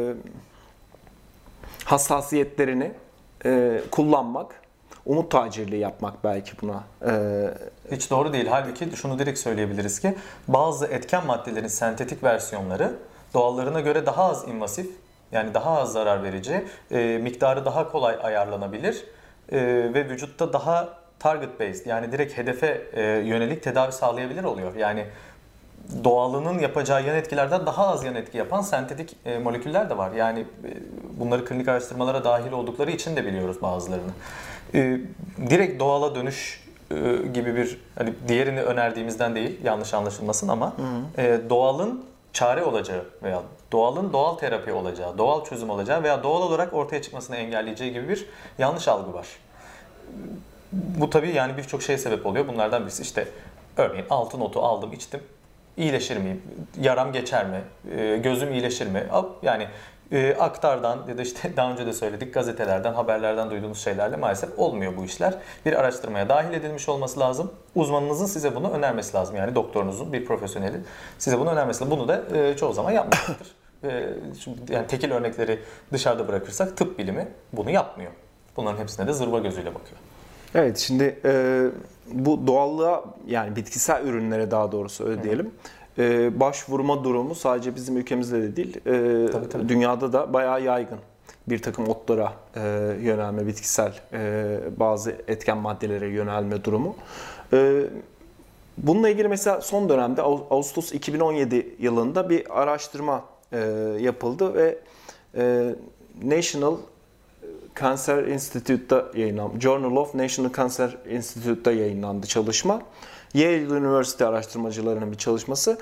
hassasiyetlerini kullanmak, umut tacirliği yapmak belki buna. Hiç doğru değil. Halbuki şunu direkt söyleyebiliriz ki bazı etken maddelerin sentetik versiyonları doğallarına göre daha az invasif, yani daha az zarar verici, miktarı daha kolay ayarlanabilir ve vücutta daha target based, yani direkt hedefe yönelik tedavi sağlayabilir oluyor. Yani doğalının yapacağı yan etkilerden daha az yan etki yapan sentetik moleküller de var. Yani bunları klinik araştırmalara dahil oldukları için de biliyoruz bazılarını. Direkt doğala dönüş gibi bir, hani diğerini önerdiğimizden değil, yanlış anlaşılmasın ama doğalın çare olacağı veya doğalın doğal terapi olacağı, doğal çözüm olacağı veya doğal olarak ortaya çıkmasını engelleyeceği gibi bir yanlış algı var. Bu tabii yani birçok şeye sebep oluyor. Bunlardan birisi işte örneğin altın otu aldım, içtim. İyileşir miyim? Yaram geçer mi? Gözüm iyileşir mi? Yani aktardan ya da işte daha önce de söyledik, gazetelerden, haberlerden duyduğumuz şeylerle maalesef olmuyor bu işler. Bir araştırmaya dahil edilmiş olması lazım. Uzmanınızın size bunu önermesi lazım. Yani doktorunuzun, bir profesyonelin size bunu önermesi lazım. Bunu da çoğu zaman yapmayacaktır. Yani tekil örnekleri dışarıda bırakırsak tıp bilimi bunu yapmıyor. Bunların hepsine de zırva gözüyle bakıyor. Evet, şimdi bu doğallığa, yani bitkisel ürünlere daha doğrusu öyle diyelim, başvurma durumu sadece bizim ülkemizde de değil, Tabii. dünyada da bayağı yaygın. Bir takım otlara yönelme, bitkisel bazı etken maddelere yönelme durumu. Bununla ilgili mesela son dönemde Ağustos 2017 yılında bir araştırma yapıldı ve National Cancer Institute'da yayınlandı. Journal of National Cancer Institute'da yayınlandı çalışma. Yale University araştırmacılarının bir çalışması.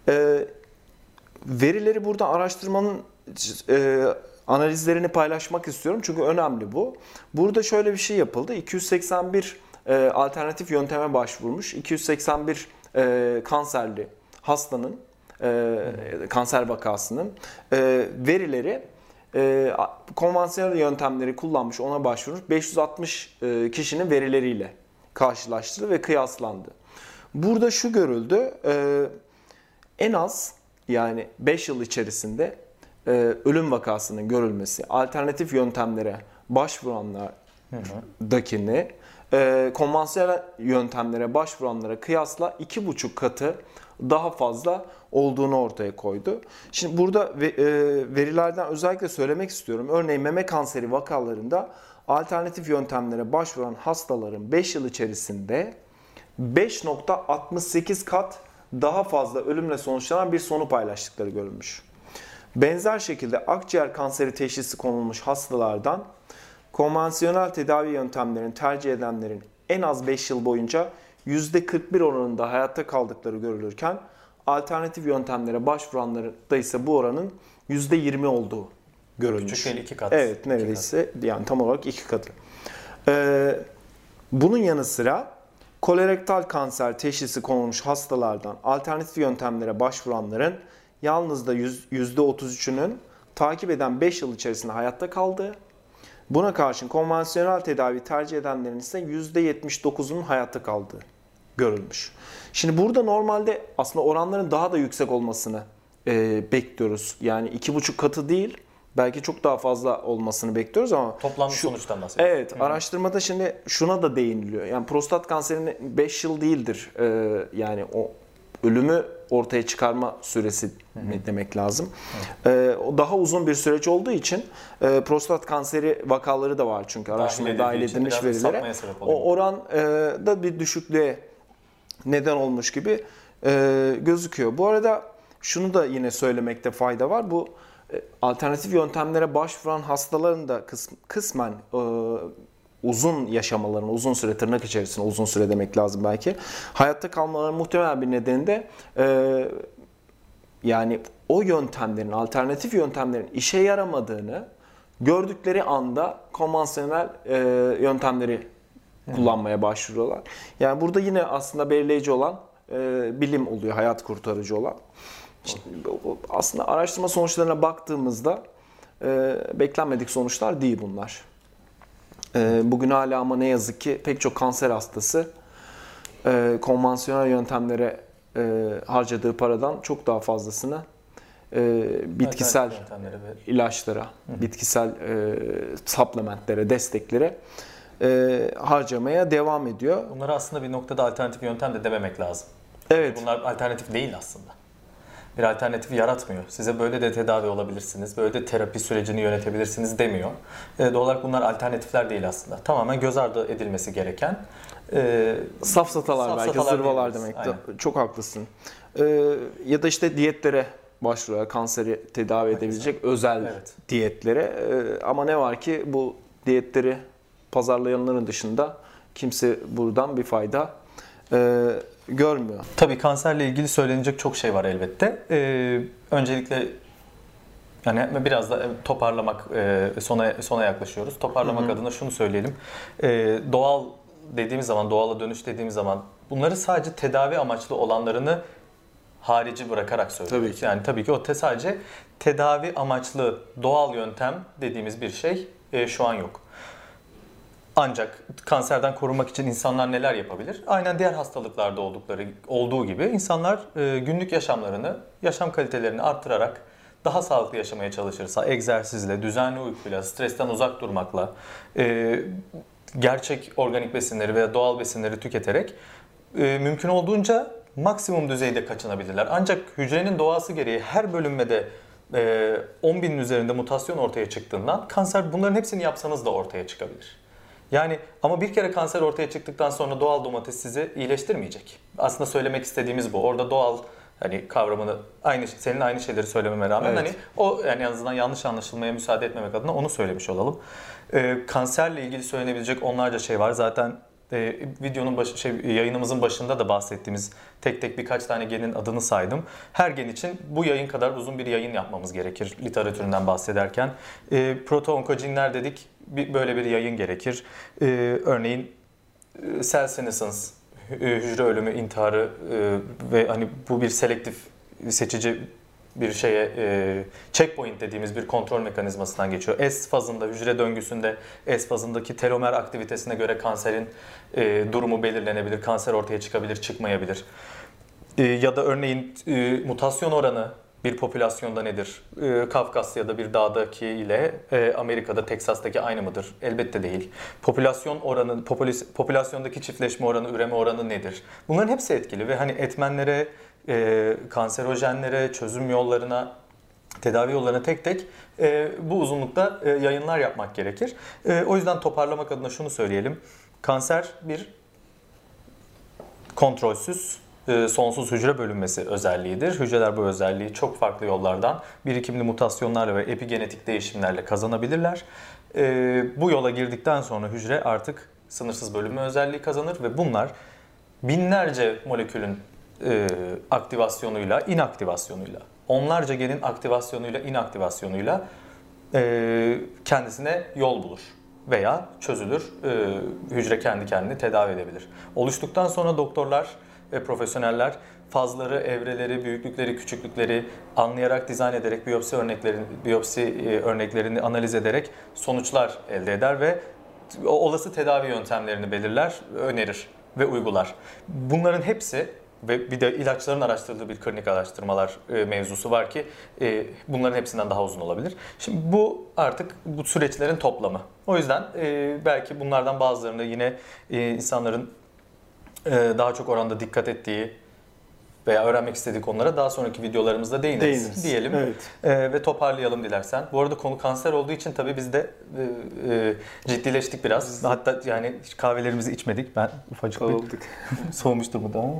Verileri burada, araştırmanın analizlerini paylaşmak istiyorum çünkü önemli bu. Burada şöyle bir şey yapıldı. 281 alternatif yönteme başvurmuş. 281 kanserli hastanın, kanser vakasının verileri konvansiyonel yöntemleri kullanmış, ona başvurmuş 560 kişinin verileriyle karşılaştırıldı ve kıyaslandı. Burada şu görüldü, en az yani 5 yıl içerisinde ölüm vakasının görülmesi alternatif yöntemlere başvuranlardakini konvansiyonel yöntemlere başvuranlara kıyasla 2,5 katı daha fazla olduğunu ortaya koydu. Şimdi burada verilerden özellikle söylemek istiyorum. Örneğin meme kanseri vakalarında alternatif yöntemlere başvuran hastaların 5 yıl içerisinde 5,68 kat daha fazla ölümle sonuçlanan bir sonu paylaştıkları görülmüş. Benzer şekilde akciğer kanseri teşhisi konulmuş hastalardan konvansiyonel tedavi yöntemlerini tercih edenlerin en az 5 yıl boyunca %41 oranında hayatta kaldıkları görülürken alternatif yöntemlere başvuranlarda ise bu oranın %20 olduğu görülmüş. Küçük değil, 2 kat. Evet, neredeyse yani tam olarak 2 katı. Bunun yanı sıra kolorektal kanser teşhisi konulmuş hastalardan alternatif yöntemlere başvuranların yalnız da %33'ünün takip eden 5 yıl içerisinde hayatta kaldığı, buna karşın konvansiyonel tedavi tercih edenlerin ise %79'unun hayatta kaldığı görülmüş. Şimdi burada normalde aslında oranların daha da yüksek olmasını bekliyoruz. Yani 2,5 katı değil, belki çok daha fazla olmasını bekliyoruz ama Toplam sonuçtan bahsediyoruz. Evet, araştırmada şimdi şuna da değiniliyor. Yani prostat kanserinin 5 yıl değildir. Yani o ölümü ortaya çıkarma süresi mi demek lazım. O daha uzun bir süreç olduğu için prostat kanseri vakaları da var çünkü araştırmaya dahil edilmiş verilere. O oran da bir düşüklüğe neden olmuş gibi gözüküyor. Bu arada şunu da yine söylemekte fayda var. Bu alternatif yöntemlere başvuran hastaların da kısmen uzun yaşamalarını, uzun süre, tırnak içerisinde uzun süre demek lazım belki, hayatta kalmalarının muhtemel bir nedeni de yani o yöntemlerin, alternatif yöntemlerin işe yaramadığını gördükleri anda konvansiyonel yöntemleri kullanmaya başvuruyorlar. Yani burada yine aslında belirleyici olan bilim oluyor, hayat kurtarıcı olan. İşte aslında araştırma sonuçlarına baktığımızda beklenmedik sonuçlar değil bunlar. Bugün hala ama ne yazık ki pek çok kanser hastası konvansiyonel yöntemlere harcadığı paradan çok daha fazlasını bitkisel ilaçlara, bitkisel supplementlere, desteklere harcamaya devam ediyor. Bunlara aslında bir noktada alternatif yöntem de dememek lazım. Evet. Bunlar alternatif değil aslında. Bir alternatif yaratmıyor. Size böyle de tedavi olabilirsiniz, böyle de terapi sürecini yönetebilirsiniz demiyor. Doğal olarak bunlar alternatifler değil aslında. Tamamen göz ardı edilmesi gereken safsatalar belki, zırvalar demek. Çok haklısın. Ya da işte diyetlere başlıyor. Kanseri tedavi edebilecek özel diyetlere. Ama ne var ki bu diyetleri pazarlayanların dışında kimse buradan bir fayda görmüyor. Tabii kanserle ilgili söylenecek çok şey var elbette. Öncelikle yani biraz da toparlamak, sona yaklaşıyoruz. Toparlamak adına şunu söyleyelim. Doğal dediğimiz zaman, doğala dönüş dediğimiz zaman bunları sadece tedavi amaçlı olanlarını harici bırakarak söylüyoruz. Yani tabii ki o sadece tedavi amaçlı doğal yöntem dediğimiz bir şey şu an yok. Ancak kanserden korunmak için insanlar neler yapabilir? Aynen diğer hastalıklarda olduğu gibi insanlar günlük yaşamlarını, yaşam kalitelerini arttırarak daha sağlıklı yaşamaya çalışırsa, egzersizle, düzenli uykuyla, stresten uzak durmakla, gerçek organik besinleri veya doğal besinleri tüketerek mümkün olduğunca maksimum düzeyde kaçınabilirler. Ancak hücrenin doğası gereği her bölünmede 10.000'in üzerinde mutasyon ortaya çıktığından kanser bunların hepsini yapsanız da ortaya çıkabilir. Yani ama bir kere kanser ortaya çıktıktan sonra doğal domates sizi iyileştirmeyecek. Aslında söylemek istediğimiz bu. Orada doğal hani kavramını senin aynı şeyleri söylememe rağmen hani o yani en azından yanlış anlaşılmaya müsaade etmemek adına onu söylemiş olalım. Kanserle ilgili söylenebilecek onlarca şey var. Zaten videonun yayınımızın başında da bahsettiğimiz tek tek birkaç tane genin adını saydım. Her gen için bu yayın kadar uzun bir yayın yapmamız gerekir literatüründen bahsederken. Proto-onkogenler dedik, böyle bir yayın gerekir. Örneğin cell senescence, hücre ölümü, intiharı ve hani bu bir selektif seçici bir checkpoint dediğimiz bir kontrol mekanizmasından geçiyor. S fazında, hücre döngüsünde S fazındaki telomer aktivitesine göre kanserin durumu belirlenebilir. Kanser ortaya çıkabilir, çıkmayabilir. Ya da örneğin mutasyon oranı bir popülasyonda nedir? Kafkasya'da bir dağdaki ile Amerika'da, Teksas'taki aynı mıdır? Elbette değil. Popülasyon oranı, popülasyondaki çiftleşme oranı, üreme oranı nedir? Bunların hepsi etkili ve hani etmenlere, kanserojenlere, çözüm yollarına, tedavi yollarına tek tek bu uzunlukta yayınlar yapmak gerekir. O yüzden toparlamak adına şunu söyleyelim. Kanser bir kontrolsüz, sonsuz hücre bölünmesi özelliğidir. Hücreler bu özelliği çok farklı yollardan birikimli mutasyonlarla ve epigenetik değişimlerle kazanabilirler. Bu yola girdikten sonra hücre artık sınırsız bölünme özelliği kazanır ve bunlar binlerce molekülün aktivasyonuyla, inaktivasyonuyla, onlarca genin aktivasyonuyla, inaktivasyonuyla kendisine yol bulur veya çözülür. Hücre kendi kendini tedavi edebilir. Oluştuktan sonra doktorlar ve profesyoneller fazları, evreleri, büyüklükleri, küçüklükleri anlayarak, dizayn ederek biyopsi örneklerini analiz ederek sonuçlar elde eder ve olası tedavi yöntemlerini belirler, önerir ve uygular. Bunların hepsi ve bir de ilaçların araştırıldığı bir klinik araştırmalar mevzusu var ki bunların hepsinden daha uzun olabilir. Şimdi bu artık bu süreçlerin toplamı. O yüzden belki bunlardan bazılarını yine insanların daha çok oranda dikkat ettiği veya öğrenmek istediği konulara daha sonraki videolarımızda değiniriz diyelim. Ve toparlayalım dilersen. Bu arada konu kanser olduğu için tabii biz de ciddileştik biraz. Hatta yani kahvelerimizi içmedik. Ben ufacık bir soğumuş durumda ama.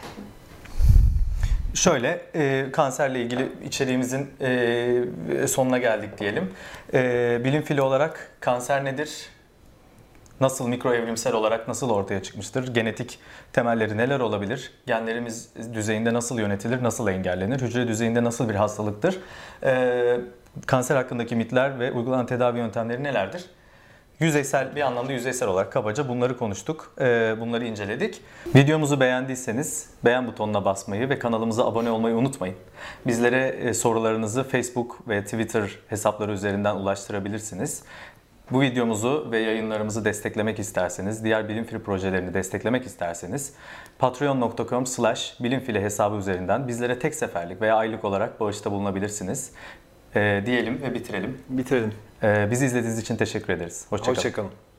Şöyle, kanserle ilgili içeriğimizin sonuna geldik diyelim. Bilim fili olarak kanser nedir? Nasıl mikro evrimsel olarak nasıl ortaya çıkmıştır? Genetik temelleri neler olabilir? Genlerimiz düzeyinde nasıl yönetilir, nasıl engellenir? Hücre düzeyinde nasıl bir hastalıktır? Kanser hakkındaki mitler ve uygulanan tedavi yöntemleri nelerdir? Bir anlamda yüzeysel olarak kabaca bunları konuştuk, bunları inceledik. Videomuzu beğendiyseniz beğen butonuna basmayı ve kanalımıza abone olmayı unutmayın. Bizlere sorularınızı Facebook ve Twitter hesapları üzerinden ulaştırabilirsiniz. Bu videomuzu ve yayınlarımızı desteklemek isterseniz, diğer Bilimfili projelerini desteklemek isterseniz patreon.com/bilimfili hesabı üzerinden bizlere tek seferlik veya aylık olarak bağışta bulunabilirsiniz. Diyelim ve bitirelim. Bitirelim. Bizi izlediğiniz için teşekkür ederiz. Hoşça kalın. Hoşça kalın.